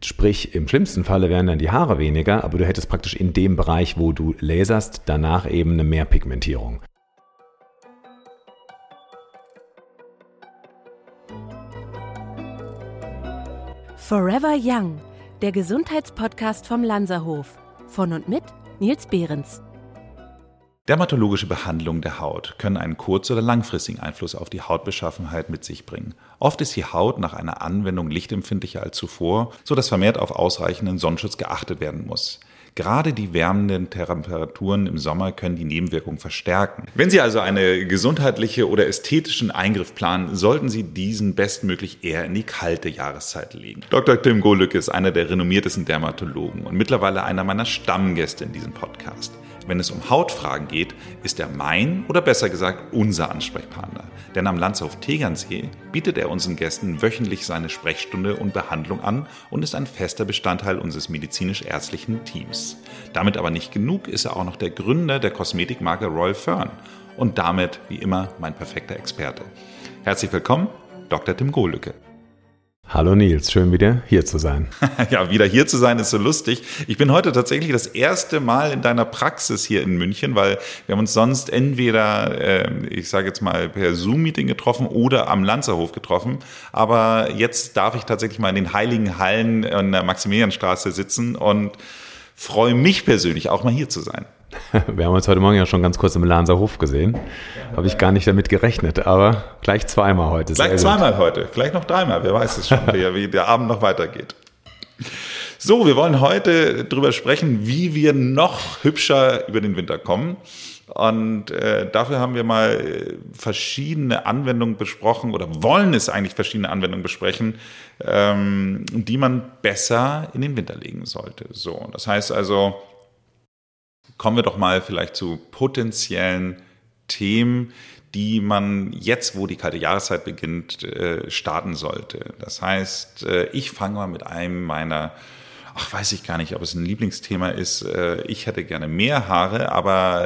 Sprich, im schlimmsten Falle wären dann die Haare weniger, aber du hättest praktisch in dem Bereich, wo du laserst, danach eben eine Mehrpigmentierung. Forever Young, der Gesundheitspodcast vom Lanzerhof. Von und mit Nils Behrens. Dermatologische Behandlungen der Haut können einen kurz- oder langfristigen Einfluss auf die Hautbeschaffenheit mit sich bringen. Oft ist die Haut nach einer Anwendung lichtempfindlicher als zuvor, sodass vermehrt auf ausreichenden Sonnenschutz geachtet werden muss. Gerade die wärmenden Temperaturen im Sommer können die Nebenwirkungen verstärken. Wenn Sie also einen gesundheitlichen oder ästhetischen Eingriff planen, sollten Sie diesen bestmöglich eher in die kalte Jahreszeit legen. Dr. Tim Golücke ist einer der renommiertesten Dermatologen und mittlerweile einer meiner Stammgäste in diesem Podcast. Wenn es um Hautfragen geht, ist er mein oder besser gesagt unser Ansprechpartner. Denn am Lanzerhof Tegernsee bietet er unseren Gästen wöchentlich seine Sprechstunde und Behandlung an und ist ein fester Bestandteil unseres medizinisch-ärztlichen Teams. Damit aber nicht genug, ist er auch noch der Gründer der Kosmetikmarke Royal Fern und damit, wie immer, mein perfekter Experte. Herzlich willkommen, Dr. Tim Golücke. Hallo Nils, schön wieder hier zu sein. Ja, wieder hier zu sein ist so lustig. Ich bin heute tatsächlich das erste Mal in deiner Praxis hier in München, weil wir haben uns sonst entweder, ich sage jetzt mal, per Zoom-Meeting getroffen oder am Lanzerhof getroffen. Aber jetzt darf ich tatsächlich mal in den heiligen Hallen an der Maximilianstraße sitzen und freue mich persönlich auch mal hier zu sein. Wir haben uns heute Morgen ja schon ganz kurz im Lanzerhof gesehen. Habe ich gar nicht damit gerechnet, aber gleich zweimal heute. Gleich zweimal heute, vielleicht noch dreimal, wer weiß es schon, wie der Abend noch weitergeht. So, wir wollen heute darüber sprechen, wie wir noch hübscher über den Winter kommen. Und dafür haben wir mal verschiedene Anwendungen besprochen oder wollen es eigentlich verschiedene Anwendungen besprechen, die man besser in den Winter legen sollte. So, das heißt also, kommen wir doch mal vielleicht zu potenziellen Themen, die man jetzt, wo die kalte Jahreszeit beginnt, starten sollte. Das heißt, ich fange mal mit einem meiner, weiß ich gar nicht, ob es ein Lieblingsthema ist. Ich hätte gerne mehr Haare, aber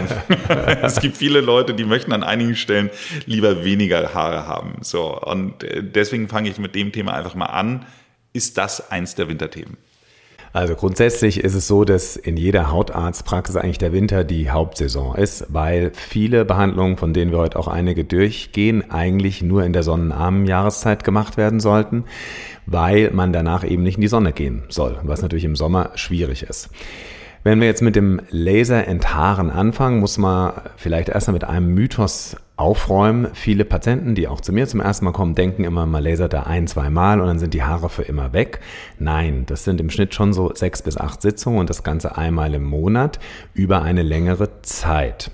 es gibt viele Leute, die möchten an einigen Stellen lieber weniger Haare haben. So, und deswegen fange ich mit dem Thema einfach mal an. Ist das eins der Winterthemen? Also grundsätzlich ist es so, dass in jeder Hautarztpraxis eigentlich der Winter die Hauptsaison ist, weil viele Behandlungen, von denen wir heute auch einige durchgehen, eigentlich nur in der sonnenarmen Jahreszeit gemacht werden sollten, weil man danach eben nicht in die Sonne gehen soll, was natürlich im Sommer schwierig ist. Wenn wir jetzt mit dem Laser-Enthaaren anfangen, muss man vielleicht erstmal mit einem Mythos aufräumen. Viele Patienten, die auch zu mir zum ersten Mal kommen, denken immer, man lasert da 1-2 Mal und dann sind die Haare für immer weg. Nein, das sind im Schnitt schon so 6 bis 8 Sitzungen und das Ganze einmal im Monat über eine längere Zeit.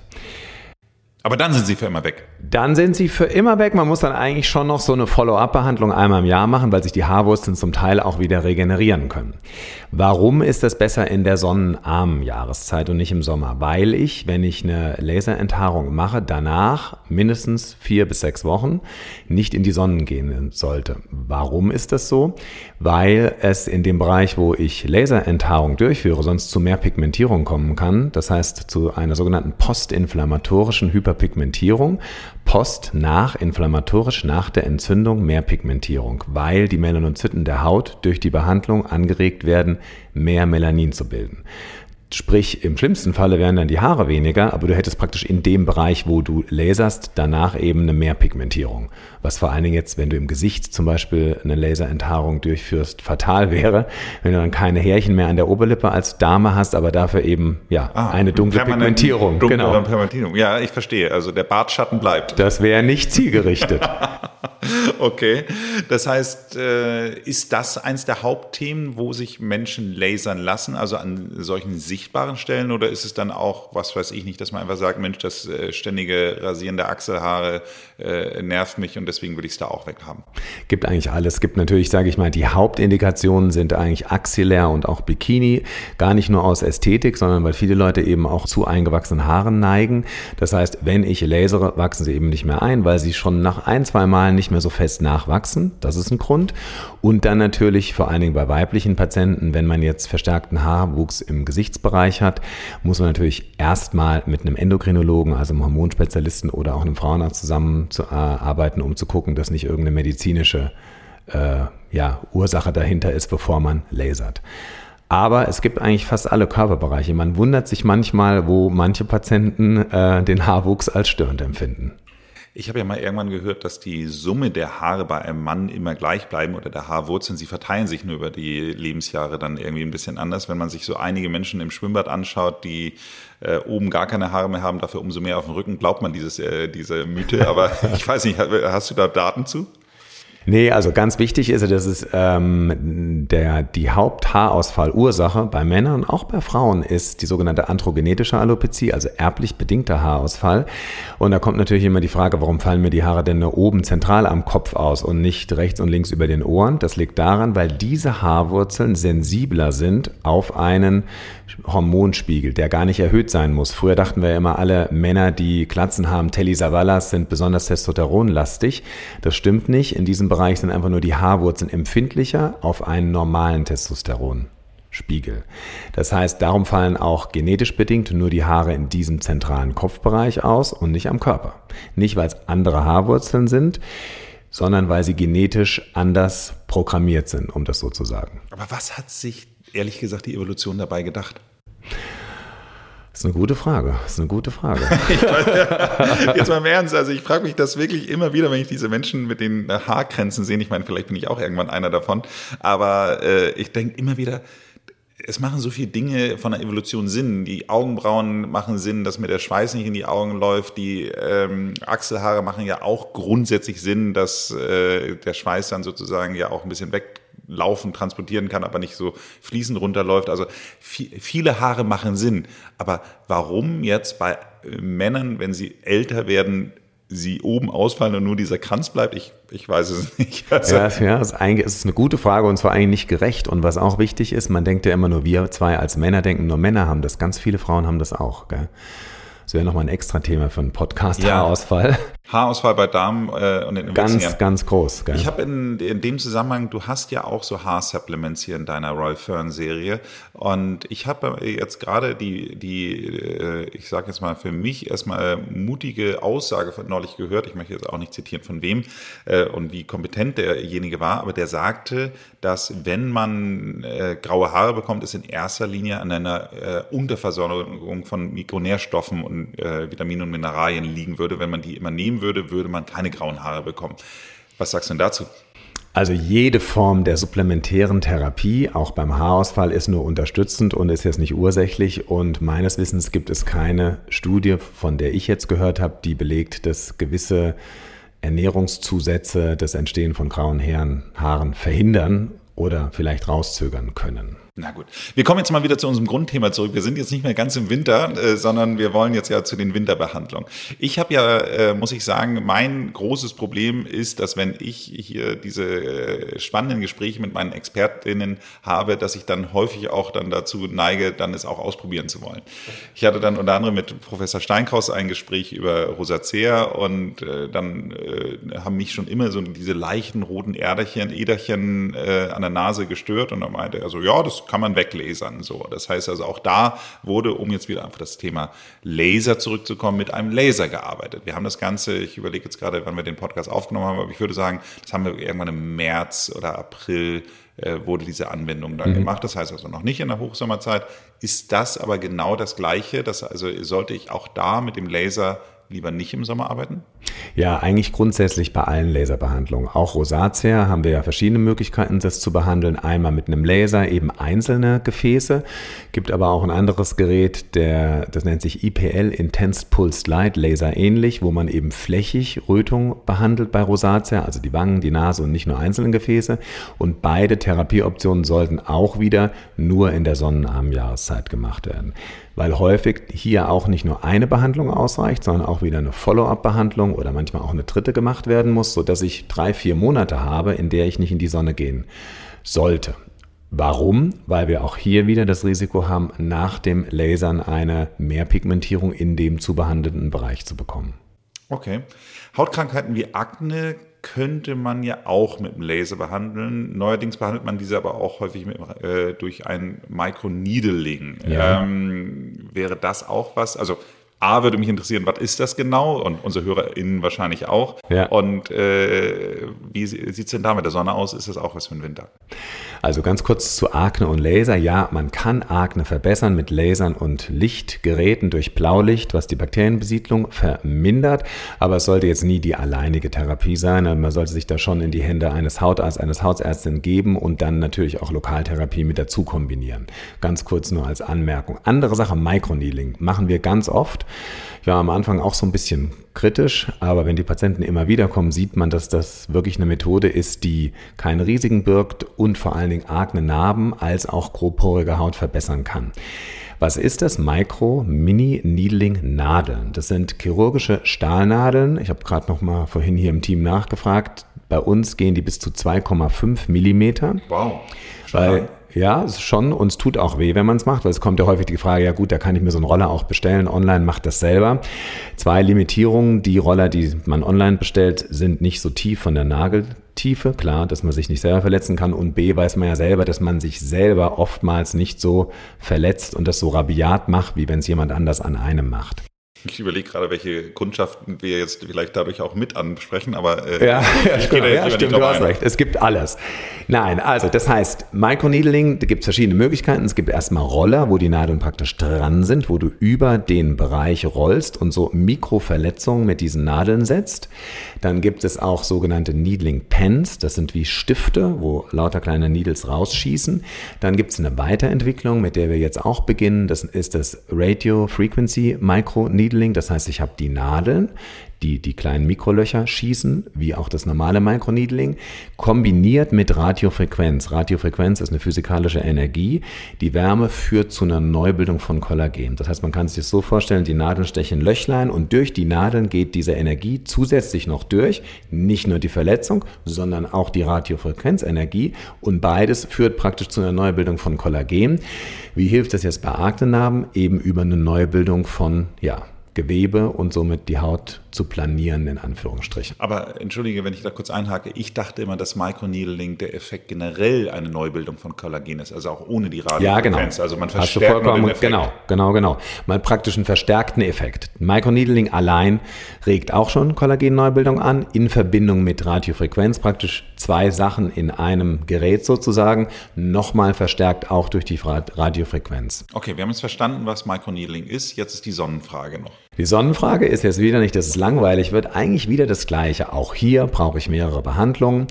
Aber dann sind sie für immer weg. Dann sind sie für immer weg. Man muss dann eigentlich schon noch so eine Follow-up-Behandlung einmal im Jahr machen, weil sich die Haarwurzeln zum Teil auch wieder regenerieren können. Warum ist das besser in der sonnenarmen Jahreszeit und nicht im Sommer? Weil ich, wenn ich eine Laserenthaarung mache, danach mindestens 4 bis 6 Wochen nicht in die Sonne gehen sollte. Warum ist das so? Weil es in dem Bereich, wo ich Laserenthaarung durchführe, sonst zu mehr Pigmentierung kommen kann. Das heißt, zu einer sogenannten postinflammatorischen Hyperpigmentierung. Inflammatorisch nach der Entzündung mehr Pigmentierung, weil die Melanozyten der Haut durch die Behandlung angeregt werden, mehr Melanin zu bilden. Sprich, im schlimmsten Falle wären dann die Haare weniger, aber du hättest praktisch in dem Bereich, wo du laserst, danach eben eine Mehrpigmentierung. Was vor allen Dingen jetzt, wenn du im Gesicht zum Beispiel eine Laserenthaarung durchführst, fatal wäre, wenn du dann keine Härchen mehr an der Oberlippe als Dame hast, aber dafür eben eine dunkle Pigmentierung. Pigmentierung. Ja, ich verstehe. Also der Bartschatten bleibt. Das wäre nicht zielgerichtet. Okay, das heißt, ist das eins der Hauptthemen, wo sich Menschen lasern lassen, also an solchen sichtbaren Stellen, oder ist es dann auch, was weiß ich nicht, dass man einfach sagt, Mensch, das ständige Rasieren der Achselhaare nervt mich und deswegen will ich es da auch weghaben? Gibt eigentlich alles. Gibt natürlich, sage ich mal, die Hauptindikationen sind eigentlich Axillär und auch Bikini, gar nicht nur aus Ästhetik, sondern weil viele Leute eben auch zu eingewachsenen Haaren neigen. Das heißt, wenn ich lasere, wachsen sie eben nicht mehr ein, weil sie schon nach 1-2 Mal nicht mehr so fest nachwachsen. Das ist ein Grund. Und dann natürlich vor allen Dingen bei weiblichen Patienten, wenn man jetzt verstärkten Haarwuchs im Gesichtsbereich hat, muss man natürlich erstmal mit einem Endokrinologen, also einem Hormonspezialisten oder auch einem Frauenarzt zusammenarbeiten, um zu gucken, dass nicht irgendeine medizinische Ursache dahinter ist, bevor man lasert. Aber es gibt eigentlich fast alle Körperbereiche. Man wundert sich manchmal, wo manche Patienten den Haarwuchs als störend empfinden. Ich habe ja mal irgendwann gehört, dass die Summe der Haare bei einem Mann immer gleich bleiben oder der Haarwurzeln, sie verteilen sich nur über die Lebensjahre dann irgendwie ein bisschen anders. Wenn man sich so einige Menschen im Schwimmbad anschaut, die oben gar keine Haare mehr haben, dafür umso mehr auf dem Rücken, glaubt man diese Mythe. Aber ich weiß nicht, hast du da Daten zu? Nee, also ganz wichtig ist, dass es die Haupthaarausfallursache bei Männern und auch bei Frauen ist die sogenannte androgenetische Alopezie, also erblich bedingter Haarausfall. Und da kommt natürlich immer die Frage, warum fallen mir die Haare denn nur oben zentral am Kopf aus und nicht rechts und links über den Ohren? Das liegt daran, weil diese Haarwurzeln sensibler sind auf einen Hormonspiegel, der gar nicht erhöht sein muss. Früher dachten wir ja immer, alle Männer, die Glatzen haben, Telly Savalas, sind besonders testosteronlastig. Das stimmt nicht. In diesem Bereich sind einfach nur die Haarwurzeln empfindlicher auf einen normalen Testosteronspiegel. Das heißt, darum fallen auch genetisch bedingt nur die Haare in diesem zentralen Kopfbereich aus und nicht am Körper. Nicht, weil es andere Haarwurzeln sind, sondern weil sie genetisch anders programmiert sind, um das so zu sagen. Aber was hat sich, ehrlich gesagt, die Evolution dabei gedacht? Das ist eine gute Frage. Jetzt mal im Ernst, also ich frage mich das wirklich immer wieder, wenn ich diese Menschen mit den Haarkränzen sehe. Ich meine, vielleicht bin ich auch irgendwann einer davon, aber ich denke immer wieder, es machen so viele Dinge von der Evolution Sinn. Die Augenbrauen machen Sinn, dass mir der Schweiß nicht in die Augen läuft. Die Achselhaare machen ja auch grundsätzlich Sinn, dass der Schweiß dann sozusagen ja auch ein bisschen weglaufen, transportieren kann, aber nicht so fließend runterläuft. Also viele Haare machen Sinn. Aber warum jetzt bei Männern, wenn sie älter werden, sie oben ausfallen und nur dieser Kranz bleibt, ich weiß es nicht. Also es ist eine gute Frage und zwar eigentlich nicht gerecht. Und was auch wichtig ist, man denkt ja immer nur, wir zwei als Männer denken, nur Männer haben das. Ganz viele Frauen haben das auch. Gell? Das wäre nochmal ein extra Thema für einen Podcast, ja. Haarausfall. Haarausfall bei Damen und in ganz groß. Gell? Ich habe in dem Zusammenhang, du hast ja auch so Haarsupplements hier in deiner Royal Fern Serie und ich habe jetzt gerade ich sage jetzt mal für mich erstmal mutige Aussage von neulich gehört, ich möchte jetzt auch nicht zitieren von wem und wie kompetent derjenige war, aber der sagte, dass wenn man graue Haare bekommt, es in erster Linie an einer Unterversorgung von Mikronährstoffen und Vitaminen und Mineralien liegen würde. Wenn man die immer nehmen würde man keine grauen Haare bekommen. Was sagst du denn dazu? Also jede Form der supplementären Therapie, auch beim Haarausfall, ist nur unterstützend und ist jetzt nicht ursächlich. Und meines Wissens gibt es keine Studie, von der ich jetzt gehört habe, die belegt, dass gewisse Ernährungszusätze das Entstehen von grauen Haaren verhindern oder vielleicht rauszögern können. Na gut, wir kommen jetzt mal wieder zu unserem Grundthema zurück. Wir sind jetzt nicht mehr ganz im Winter, sondern wir wollen jetzt ja zu den Winterbehandlungen. Ich habe ja, muss ich sagen, mein großes Problem ist, dass wenn ich hier diese spannenden Gespräche mit meinen Expertinnen habe, dass ich dann häufig auch dann dazu neige, dann es auch ausprobieren zu wollen. Ich hatte dann unter anderem mit Professor Steinkraus ein Gespräch über Rosacea und dann haben mich schon immer so diese leichten roten Äderchen an der Nase gestört und dann meinte er so, ja, das kann man weglasern. So. Das heißt also, auch da wurde, um jetzt wieder einfach das Thema Laser zurückzukommen, mit einem Laser gearbeitet. Wir haben das Ganze, ich überlege jetzt gerade, wann wir den Podcast aufgenommen haben, aber ich würde sagen, das haben wir irgendwann im März oder April wurde diese Anwendung dann gemacht. Das heißt also noch nicht in der Hochsommerzeit. Ist das aber genau das Gleiche? Also sollte ich auch da mit dem Laser lieber nicht im Sommer arbeiten? Ja, eigentlich grundsätzlich bei allen Laserbehandlungen. Auch Rosacea haben wir ja verschiedene Möglichkeiten, das zu behandeln. Einmal mit einem Laser, eben einzelne Gefäße. Gibt aber auch ein anderes Gerät, das nennt sich IPL, Intense Pulsed Light Laser ähnlich, wo man eben flächig Rötung behandelt bei Rosacea, also die Wangen, die Nase und nicht nur einzelne Gefäße. Und beide Therapieoptionen sollten auch wieder nur in der sonnenarmen Jahreszeit gemacht werden. Weil häufig hier auch nicht nur eine Behandlung ausreicht, sondern auch wieder eine Follow-up-Behandlung oder manchmal auch eine dritte gemacht werden muss, sodass ich 3-4 Monate habe, in der ich nicht in die Sonne gehen sollte. Warum? Weil wir auch hier wieder das Risiko haben, nach dem Lasern eine Mehrpigmentierung in dem zu behandelnden Bereich zu bekommen. Okay. Hautkrankheiten wie Akne könnte man ja auch mit dem Laser behandeln. Neuerdings behandelt man diese aber auch häufig durch ein Microneedling. Ja. Wäre das auch was? Also Würde mich interessieren, was ist das genau? Und unsere HörerInnen wahrscheinlich auch. Ja. Und wie sieht es denn da mit der Sonne aus? Ist das auch was für ein Winter? Also ganz kurz zu Akne und Laser. Ja, man kann Akne verbessern mit Lasern und Lichtgeräten durch Blaulicht, was die Bakterienbesiedlung vermindert. Aber es sollte jetzt nie die alleinige Therapie sein. Man sollte sich da schon in die Hände eines Hautarztes, eines Hausärztin geben und dann natürlich auch Lokaltherapie mit dazu kombinieren. Ganz kurz nur als Anmerkung. Andere Sache, Microneedling machen wir ganz oft. Ich war am Anfang auch so ein bisschen kritisch, aber wenn die Patienten immer wieder kommen, sieht man, dass das wirklich eine Methode ist, die keine Risiken birgt und vor allen Dingen Akne-Narben als auch grobporige Haut verbessern kann. Was ist das? Micro-Mini-Needling-Nadeln. Das sind chirurgische Stahlnadeln. Ich habe gerade noch mal vorhin hier im Team nachgefragt. Bei uns gehen die bis zu 2,5 Millimeter. Wow. Weil ja, es schon, uns tut auch weh, wenn man es macht, weil es kommt ja häufig die Frage, ja gut, da kann ich mir so einen Roller auch bestellen, online macht das selber. 2 Limitierungen, die Roller, die man online bestellt, sind nicht so tief von der Nageltiefe, klar, dass man sich nicht selber verletzen kann, und B, weiß man ja selber, dass man sich selber oftmals nicht so verletzt und das so rabiat macht, wie wenn es jemand anders an einem macht. Ich überlege gerade, welche Kundschaften wir jetzt vielleicht dadurch auch mit ansprechen, aber stimmt, du hast recht. Es gibt alles. Nein, also das heißt, Microneedling, da gibt es verschiedene Möglichkeiten. Es gibt erstmal Roller, wo die Nadeln praktisch dran sind, wo du über den Bereich rollst und so Mikroverletzungen mit diesen Nadeln setzt. Dann gibt es auch sogenannte Needling Pens, das sind wie Stifte, wo lauter kleine Needles rausschießen. Dann gibt es eine Weiterentwicklung, mit der wir jetzt auch beginnen. Das ist das Radio Frequency Microneedling. Das heißt, ich habe die Nadeln, die kleinen Mikrolöcher schießen, wie auch das normale Microneedling, kombiniert mit Radiofrequenz. Radiofrequenz ist eine physikalische Energie. Die Wärme führt zu einer Neubildung von Kollagen. Das heißt, man kann sich das so vorstellen, die Nadeln stechen Löchlein und durch die Nadeln geht diese Energie zusätzlich noch durch, nicht nur die Verletzung, sondern auch die Radiofrequenzenergie, und beides führt praktisch zu einer Neubildung von Kollagen. Wie hilft das jetzt bei Akne-Narben? Eben über eine Neubildung von, Gewebe und somit die Haut zu planieren, in Anführungsstrichen. Aber entschuldige, wenn ich da kurz einhake, ich dachte immer, dass Microneedling der Effekt generell eine Neubildung von Kollagen ist, also auch ohne die Radiofrequenz. Ja, genau. Also man verstärkt nur den Effekt. Genau. Man praktisch einen verstärkten Effekt. Microneedling allein regt auch schon Kollagenneubildung an, in Verbindung mit Radiofrequenz, praktisch 2 Sachen in einem Gerät sozusagen, nochmal verstärkt auch durch die Radiofrequenz. Okay, wir haben jetzt verstanden, was Microneedling ist. Jetzt ist die Sonnenfrage noch. Die Sonnenfrage ist jetzt wieder nicht, dass es langweilig wird, eigentlich wieder das Gleiche. Auch hier brauche ich mehrere Behandlungen,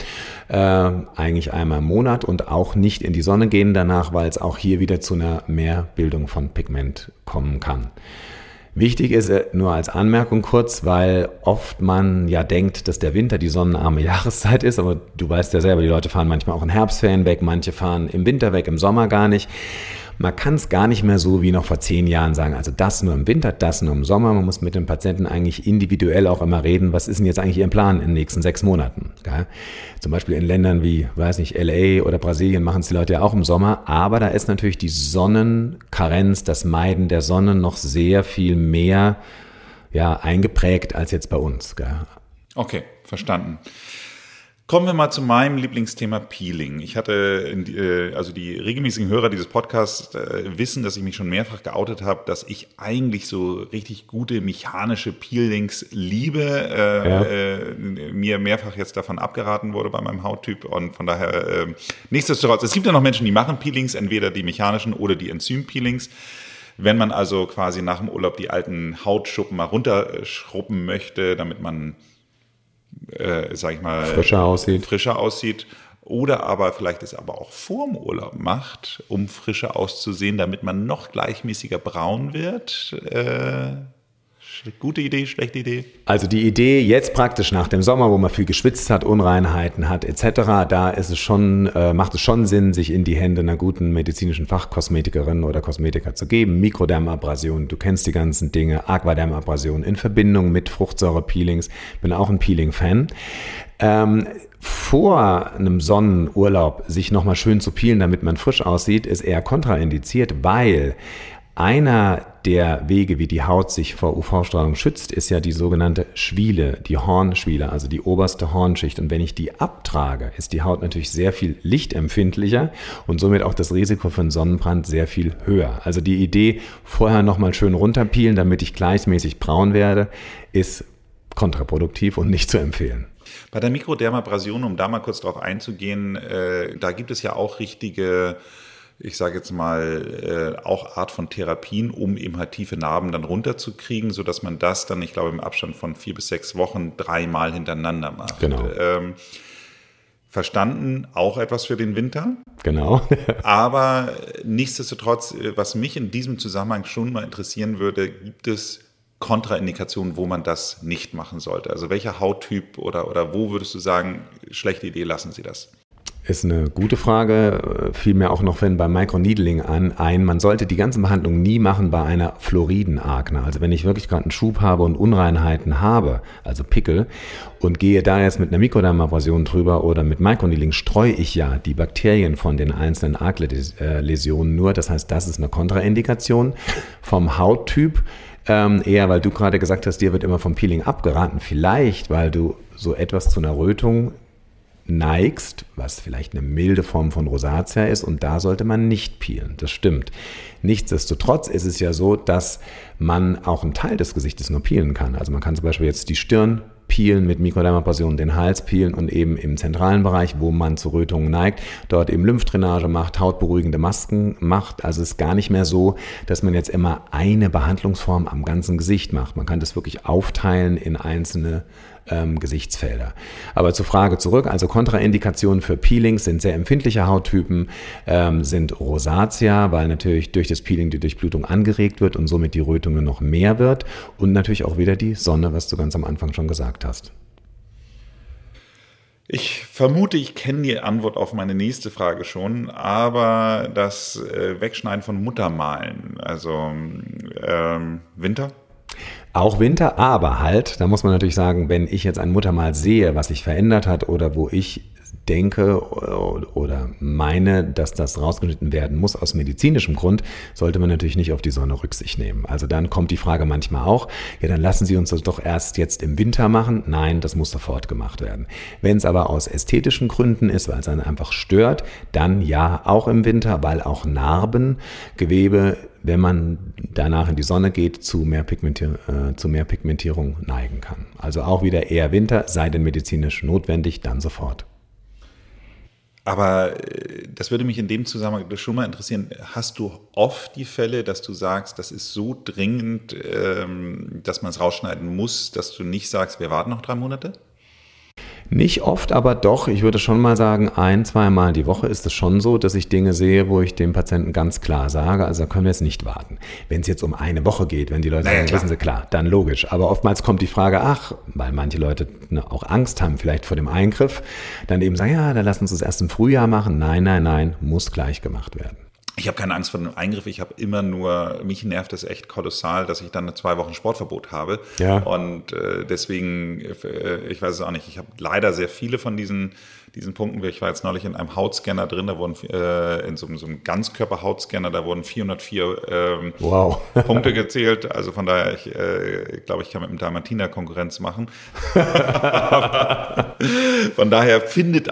eigentlich einmal im Monat, und auch nicht in die Sonne gehen danach, weil es auch hier wieder zu einer Mehrbildung von Pigment kommen kann. Wichtig ist nur als Anmerkung kurz, weil oft man ja denkt, dass der Winter die sonnenarme Jahreszeit ist, aber du weißt ja selber, die Leute fahren manchmal auch in Herbstferien weg, manche fahren im Winter weg, im Sommer gar nicht. Man kann es gar nicht mehr so wie noch vor 10 Jahren sagen, also das nur im Winter, das nur im Sommer. Man muss mit den Patienten eigentlich individuell auch immer reden, was ist denn jetzt eigentlich Ihr Plan in den nächsten 6 Monaten? Gell? Zum Beispiel in Ländern wie, LA oder Brasilien machen es die Leute ja auch im Sommer, aber da ist natürlich die Sonnenkarenz, das Meiden der Sonne noch sehr viel mehr eingeprägt als jetzt bei uns. Gell? Okay, verstanden. Kommen wir mal zu meinem Lieblingsthema Peeling. Ich hatte, also die regelmäßigen Hörer dieses Podcasts wissen, dass ich mich schon mehrfach geoutet habe, dass ich eigentlich so richtig gute mechanische Peelings liebe. Mir mehrfach jetzt davon abgeraten wurde bei meinem Hauttyp, und von daher nichtsdestotrotz. Es gibt ja noch Menschen, die machen Peelings, entweder die mechanischen oder die Enzym-Peelings. Wenn man also quasi nach dem Urlaub die alten Hautschuppen mal runterschruppen möchte, damit man frischer aussieht, oder aber vielleicht es aber auch vorm Urlaub macht, um frischer auszusehen, damit man noch gleichmäßiger braun wird. Gute Idee, schlechte Idee? Also die Idee jetzt praktisch nach dem Sommer, wo man viel geschwitzt hat, Unreinheiten hat etc., da ist es schon, macht es schon Sinn, sich in die Hände einer guten medizinischen Fachkosmetikerin oder Kosmetiker zu geben. Mikrodermabrasion, du kennst die ganzen Dinge, Aquadermabrasion in Verbindung mit Fruchtsäurepeelings, bin auch ein Peeling-Fan. Vor einem Sonnenurlaub sich nochmal schön zu peelen, damit man frisch aussieht, ist eher kontraindiziert, weil Einer der Wege, wie die Haut sich vor UV-Strahlung schützt, ist ja die sogenannte Schwiele, die Hornschwiele, also die oberste Hornschicht. Und wenn ich die abtrage, ist die Haut natürlich sehr viel lichtempfindlicher und somit auch das Risiko für einen Sonnenbrand sehr viel höher. Also die Idee, vorher nochmal schön runterpeelen, damit ich gleichmäßig braun werde, ist kontraproduktiv und nicht zu empfehlen. Bei der Mikrodermabrasion, um da mal kurz drauf einzugehen, da gibt es ja auch richtige, ich sage jetzt mal, auch Art von Therapien, um eben halt tiefe Narben dann runterzukriegen, sodass man das dann, ich glaube, im Abstand von 4 bis 6 Wochen 3-mal hintereinander macht. Genau. Verstanden, auch etwas für den Winter. Genau. Aber nichtsdestotrotz, was mich in diesem Zusammenhang schon mal interessieren würde, gibt es Kontraindikationen, wo man das nicht machen sollte? Also welcher Hauttyp oder wo würdest du sagen, schlechte Idee, lassen Sie das? Ist eine gute Frage, fiel mir auch noch beim Microneedling ein. Man sollte die ganzen Behandlungen nie machen bei einer Floridenakne. Also wenn ich wirklich gerade einen Schub habe und Unreinheiten habe, also Pickel, und gehe da jetzt mit einer Mikrodermabrasion drüber oder mit Microneedling, streue ich ja die Bakterien von den einzelnen Akne-Läsionen nur. Das heißt, das ist eine Kontraindikation. Vom Hauttyp eher, weil du gerade gesagt hast, dir wird immer vom Peeling abgeraten. Vielleicht, weil du so etwas zu einer Rötung neigst, was vielleicht eine milde Form von Rosatia ist, und da sollte man nicht peelen. Das stimmt. Nichtsdestotrotz ist es ja so, dass man auch einen Teil des Gesichtes nur peelen kann. Also man kann zum Beispiel jetzt die Stirn peelen mit Mikrodermabrasion, den Hals peelen und eben im zentralen Bereich, wo man zu Rötungen neigt, dort eben Lymphdrainage macht, hautberuhigende Masken macht. Also es ist gar nicht mehr so, dass man jetzt immer eine Behandlungsform am ganzen Gesicht macht. Man kann das wirklich aufteilen in einzelne Gesichtsfelder. Aber zur Frage zurück, also Kontraindikationen für Peelings sind sehr empfindliche Hauttypen, sind Rosatia, weil natürlich durch das Peeling die Durchblutung angeregt wird und somit die Rötungen noch mehr wird, und natürlich auch wieder die Sonne, was du ganz am Anfang schon gesagt hast. Ich vermute, ich kenne die Antwort auf meine nächste Frage schon, aber das Wegschneiden von Muttermalen, also Winter? Auch Winter, aber halt, da muss man natürlich sagen, wenn ich jetzt ein Muttermal sehe, was sich verändert hat oder wo ich denke oder meine, dass das rausgeschnitten werden muss aus medizinischem Grund, sollte man natürlich nicht auf die Sonne Rücksicht nehmen. Also dann kommt die Frage manchmal auch, ja, dann lassen Sie uns das doch erst jetzt im Winter machen. Nein, das muss sofort gemacht werden. Wenn es aber aus ästhetischen Gründen ist, weil es einen einfach stört, dann ja, auch im Winter, weil auch Narben, Gewebe, wenn man danach in die Sonne geht, zu mehr Pigmentierung neigen kann. Also auch wieder eher Winter, sei denn medizinisch notwendig, dann sofort. Aber das würde mich in dem Zusammenhang schon mal interessieren. Hast du oft die Fälle, dass du sagst, das ist so dringend, dass man es rausschneiden muss, dass du nicht sagst, wir warten noch 3 Monate? Nicht oft, aber doch, ich würde schon mal sagen, 1-2 Mal die Woche ist es schon so, dass ich Dinge sehe, wo ich dem Patienten ganz klar sage, also da können wir jetzt nicht warten. Wenn es jetzt um eine Woche geht, wenn die Leute sagen, wissen Sie, klar, dann logisch. Aber oftmals kommt die Frage, weil manche Leute auch Angst haben vielleicht vor dem Eingriff, dann eben sagen, ja, dann lass uns das erst im Frühjahr machen. Nein, muss gleich gemacht werden. Ich habe keine Angst vor dem Eingriff, ich habe immer nur, mich nervt es echt kolossal, dass ich dann 2 Wochen Sportverbot habe. Ja. Und deswegen, ich weiß es auch nicht, ich habe leider sehr viele von diesen Punkten. Ich war jetzt neulich in einem Hautscanner drin, da wurden in so einem Ganzkörper-Hautscanner, da wurden 404 Punkte gezählt. Also von daher, ich glaube, ich kann mit dem Dalmatiner Konkurrenz machen. Von daher finden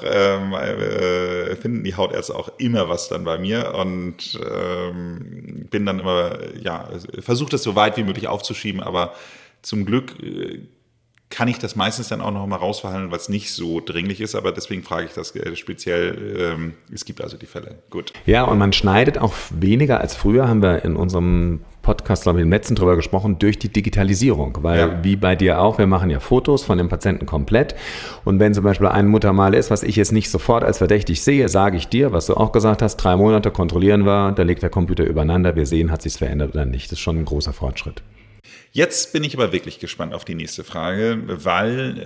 die Hautärzte auch immer was dann bei mir, und bin dann immer, versuche das so weit wie möglich aufzuschieben, aber zum Glück kann ich das meistens dann auch noch mal rausverhandeln, weil es nicht so dringlich ist, aber deswegen frage ich das speziell. Es gibt also die Fälle. Gut. Ja, und man schneidet auch weniger als früher, haben wir in unserem Podcast, glaube ich, im letzten drüber gesprochen, durch die Digitalisierung, weil wie bei dir auch, wir machen ja Fotos von dem Patienten komplett, und wenn zum Beispiel ein Muttermal ist, was ich jetzt nicht sofort als verdächtig sehe, sage ich dir, was du auch gesagt hast, 3 Monate kontrollieren wir, da legt der Computer übereinander, wir sehen, hat sich's verändert oder nicht. Das ist schon ein großer Fortschritt. Jetzt bin ich aber wirklich gespannt auf die nächste Frage, weil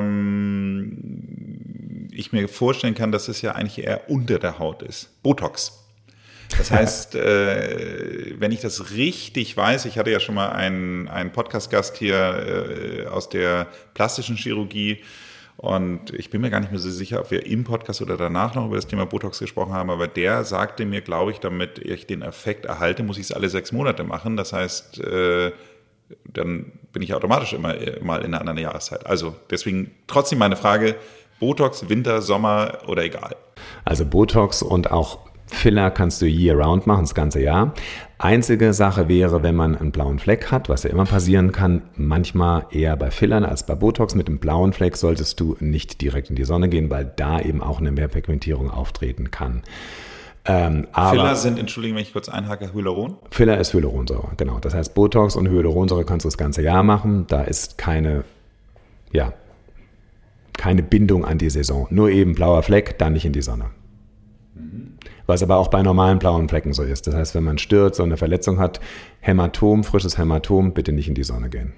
ich mir vorstellen kann, dass es ja eigentlich eher unter der Haut ist. Botox. Das heißt, wenn ich das richtig weiß, ich hatte ja schon mal einen Podcast-Gast hier aus der plastischen Chirurgie, Und ich bin mir gar nicht mehr so sicher, ob wir im Podcast oder danach noch über das Thema Botox gesprochen haben, aber der sagte mir, glaube ich, damit ich den Effekt erhalte, muss ich es alle 6 Monate machen. Das heißt, dann bin ich automatisch immer mal in einer anderen Jahreszeit. Also deswegen trotzdem meine Frage, Botox, Winter, Sommer oder egal? Also Botox und auch Filler kannst du year-round machen, das ganze Jahr. Einzige Sache wäre, wenn man einen blauen Fleck hat, was ja immer passieren kann, manchmal eher bei Fillern als bei Botox. Mit dem blauen Fleck solltest du nicht direkt in die Sonne gehen, weil da eben auch eine Mehrpigmentierung auftreten kann. Aber Filler sind, entschuldigen, wenn ich kurz einhake, Hyaluron? Filler ist Hyaluronsäure, genau. Das heißt, Botox und Hyaluronsäure kannst du das ganze Jahr machen. Da ist keine Bindung an die Saison. Nur eben blauer Fleck, dann nicht in die Sonne. Was aber auch bei normalen blauen Flecken so ist. Das heißt, wenn man stürzt und eine Verletzung hat, Hämatom, frisches Hämatom, bitte nicht in die Sonne gehen.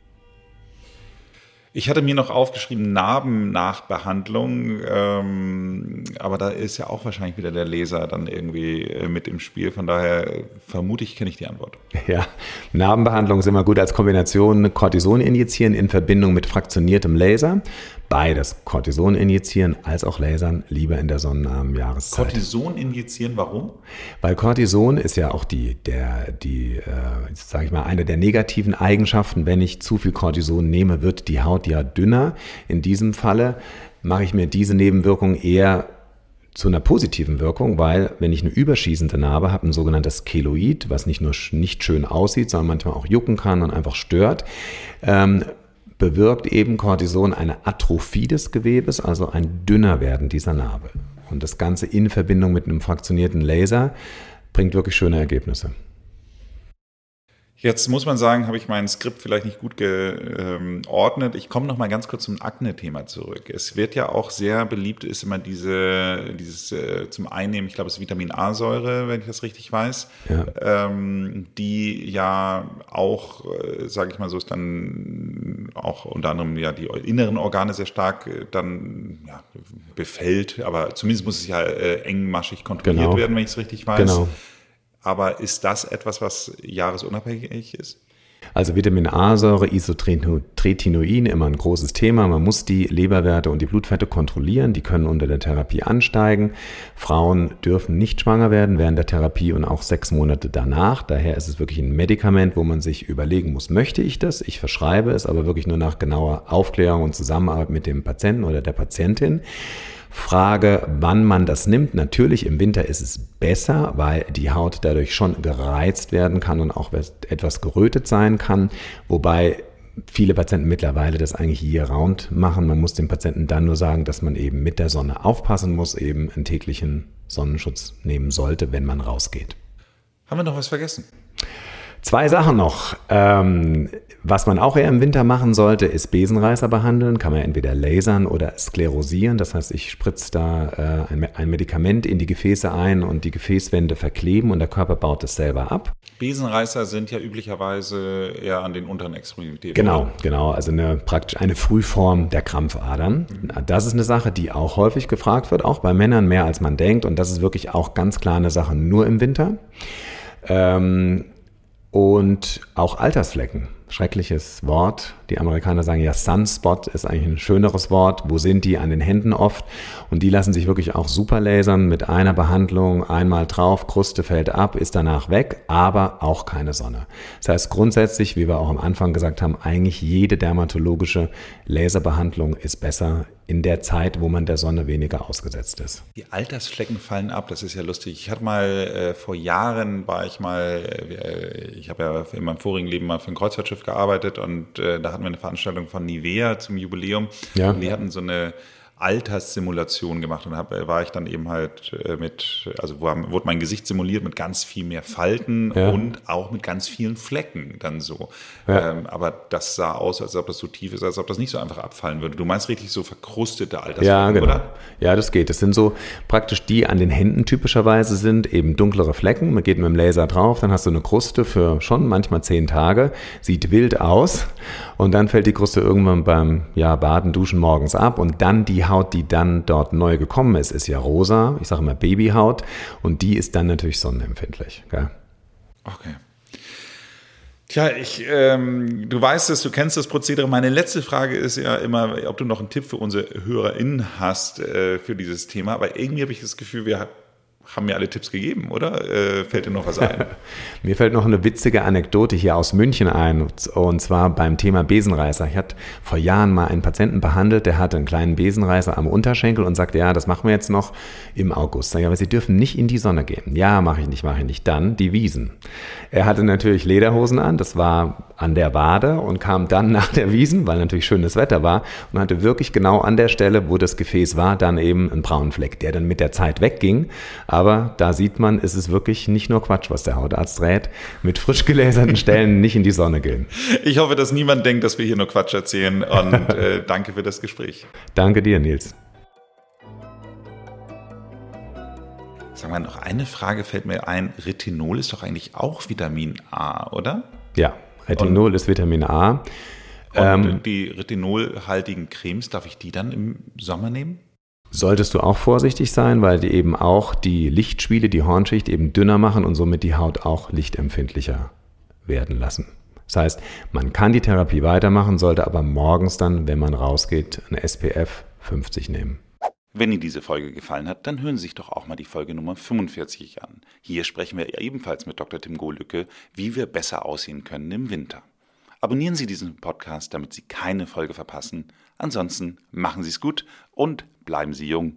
Ich hatte mir noch aufgeschrieben, Narbennachbehandlung, aber da ist ja auch wahrscheinlich wieder der Laser dann irgendwie mit im Spiel. Von daher vermute ich, kenne ich die Antwort. Ja, Narbenbehandlung ist immer gut als Kombination. Cortison injizieren in Verbindung mit fraktioniertem Laser. Beides, Cortison injizieren als auch Lasern, lieber in der sonnenarmen Jahreszeit. Cortison injizieren, warum? Weil Cortison ist ja auch eine der negativen Eigenschaften. Wenn ich zu viel Cortison nehme, wird die Haut ja dünner. In diesem Falle mache ich mir diese Nebenwirkung eher zu einer positiven Wirkung, weil wenn ich eine überschießende Narbe habe, ein sogenanntes Keloid, was nicht nur nicht schön aussieht, sondern manchmal auch jucken kann und einfach stört, bewirkt eben Cortison eine Atrophie des Gewebes, also ein Dünnerwerden dieser Narbe. Und das Ganze in Verbindung mit einem fraktionierten Laser bringt wirklich schöne Ergebnisse. Jetzt muss man sagen, habe ich mein Skript vielleicht nicht gut geordnet. Ich komme noch mal ganz kurz zum Akne-Thema zurück. Es wird ja auch sehr beliebt, ist immer dieses zum Einnehmen, ich glaube, es ist Vitamin-A-Säure, wenn ich das richtig weiß, ja. Die ja auch, sage ich mal so, ist dann auch unter anderem ja die inneren Organe sehr stark dann befällt, aber zumindest muss es ja engmaschig kontrolliert werden, wenn ich es richtig weiß. Genau. Aber ist das etwas, was jahresunabhängig ist? Also Vitamin-A-Säure, Isotretinoin, immer ein großes Thema. Man muss die Leberwerte und die Blutfette kontrollieren. Die können unter der Therapie ansteigen. Frauen dürfen nicht schwanger werden während der Therapie und auch 6 Monate danach. Daher ist es wirklich ein Medikament, wo man sich überlegen muss, möchte ich das? Ich verschreibe es, aber wirklich nur nach genauer Aufklärung und Zusammenarbeit mit dem Patienten oder der Patientin. Frage, wann man das nimmt. Natürlich im Winter ist es besser, weil die Haut dadurch schon gereizt werden kann und auch etwas gerötet sein kann. Wobei viele Patienten mittlerweile das eigentlich year-round machen. Man muss dem Patienten dann nur sagen, dass man eben mit der Sonne aufpassen muss, eben einen täglichen Sonnenschutz nehmen sollte, wenn man rausgeht. Haben wir noch was vergessen? 2 Sachen noch. Was man auch eher im Winter machen sollte, ist Besenreißer behandeln. Kann man entweder lasern oder sklerosieren. Das heißt, ich spritze da ein Medikament in die Gefäße ein und die Gefäßwände verkleben und der Körper baut es selber ab. Besenreißer sind ja üblicherweise eher an den unteren Extremitäten. Genau. Also praktisch eine Frühform der Krampfadern. Das ist eine Sache, die auch häufig gefragt wird, auch bei Männern mehr als man denkt. Und das ist wirklich auch ganz klar eine Sache nur im Winter. Und auch Altersflecken. Schreckliches Wort. Die Amerikaner sagen ja, Sunspot ist eigentlich ein schöneres Wort. Wo sind die? An den Händen oft. Und die lassen sich wirklich auch super lasern mit einer Behandlung. Einmal drauf, Kruste fällt ab, ist danach weg, aber auch keine Sonne. Das heißt grundsätzlich, wie wir auch am Anfang gesagt haben, eigentlich jede dermatologische Laserbehandlung ist besser in der Zeit, wo man der Sonne weniger ausgesetzt ist. Die Altersflecken fallen ab, das ist ja lustig. Ich hatte mal, vor Jahren ich habe ja in meinem vorigen Leben mal für ein Kreuzfahrtschiff gearbeitet und da hatten wir eine Veranstaltung von Nivea zum Jubiläum. Ja. Und die hatten so eine Alterssimulation gemacht und war ich dann eben halt wurde mein Gesicht simuliert mit ganz viel mehr Falten und auch mit ganz vielen Flecken dann so. Ja. Aber das sah aus, als ob das so tief ist, als ob das nicht so einfach abfallen würde. Du meinst richtig so verkrustete Altersflecken, ja, genau. Oder? Ja, das geht. Das sind so praktisch die an den Händen typischerweise sind eben dunklere Flecken. Man geht mit dem Laser drauf, dann hast du eine Kruste für schon manchmal 10 Tage. Sieht wild aus und dann fällt die Kruste irgendwann beim Baden, Duschen morgens ab und dann die Haut, die dann dort neu gekommen ist ja rosa. Ich sage immer Babyhaut und die ist dann natürlich sonnenempfindlich. Gell? Okay. Tja, du weißt es, du kennst das Prozedere. Meine letzte Frage ist ja immer, ob du noch einen Tipp für unsere HörerInnen hast für dieses Thema. Aber irgendwie habe ich das Gefühl, wir haben mir alle Tipps gegeben, oder? Fällt dir noch was ein? Mir fällt noch eine witzige Anekdote hier aus München ein, und zwar beim Thema Besenreißer. Ich hatte vor Jahren mal einen Patienten behandelt, der hatte einen kleinen Besenreißer am Unterschenkel und sagte, ja, das machen wir jetzt noch im August. Sag ich, aber Sie dürfen nicht in die Sonne gehen. Ja, mache ich nicht. Dann die Wiesn. Er hatte natürlich Lederhosen an, das war an der Wade und kam dann nach der Wiesn, weil natürlich schönes Wetter war, und hatte wirklich genau an der Stelle, wo das Gefäß war, dann eben einen braunen Fleck, der dann mit der Zeit wegging. Aber da sieht man, es ist wirklich nicht nur Quatsch, was der Hautarzt rät. Mit frisch geläserten Stellen nicht in die Sonne gehen. Ich hoffe, dass niemand denkt, dass wir hier nur Quatsch erzählen, und danke für das Gespräch. Danke dir, Nils. Sag mal, noch eine Frage fällt mir ein. Retinol ist doch eigentlich auch Vitamin A, oder? Ja, Retinol ist Vitamin A. Und die retinolhaltigen Cremes, darf ich die dann im Sommer nehmen? Solltest du auch vorsichtig sein, weil die eben auch die Lichtschwiele, die Hornschicht eben dünner machen und somit die Haut auch lichtempfindlicher werden lassen. Das heißt, man kann die Therapie weitermachen, sollte aber morgens dann, wenn man rausgeht, ein SPF 50 nehmen. Wenn Ihnen diese Folge gefallen hat, dann hören Sie sich doch auch mal die Folge Nummer 45 an. Hier sprechen wir ebenfalls mit Dr. Tim Gohlücke, wie wir besser aussehen können im Winter. Abonnieren Sie diesen Podcast, damit Sie keine Folge verpassen. Ansonsten machen Sie es gut und bleiben Sie jung.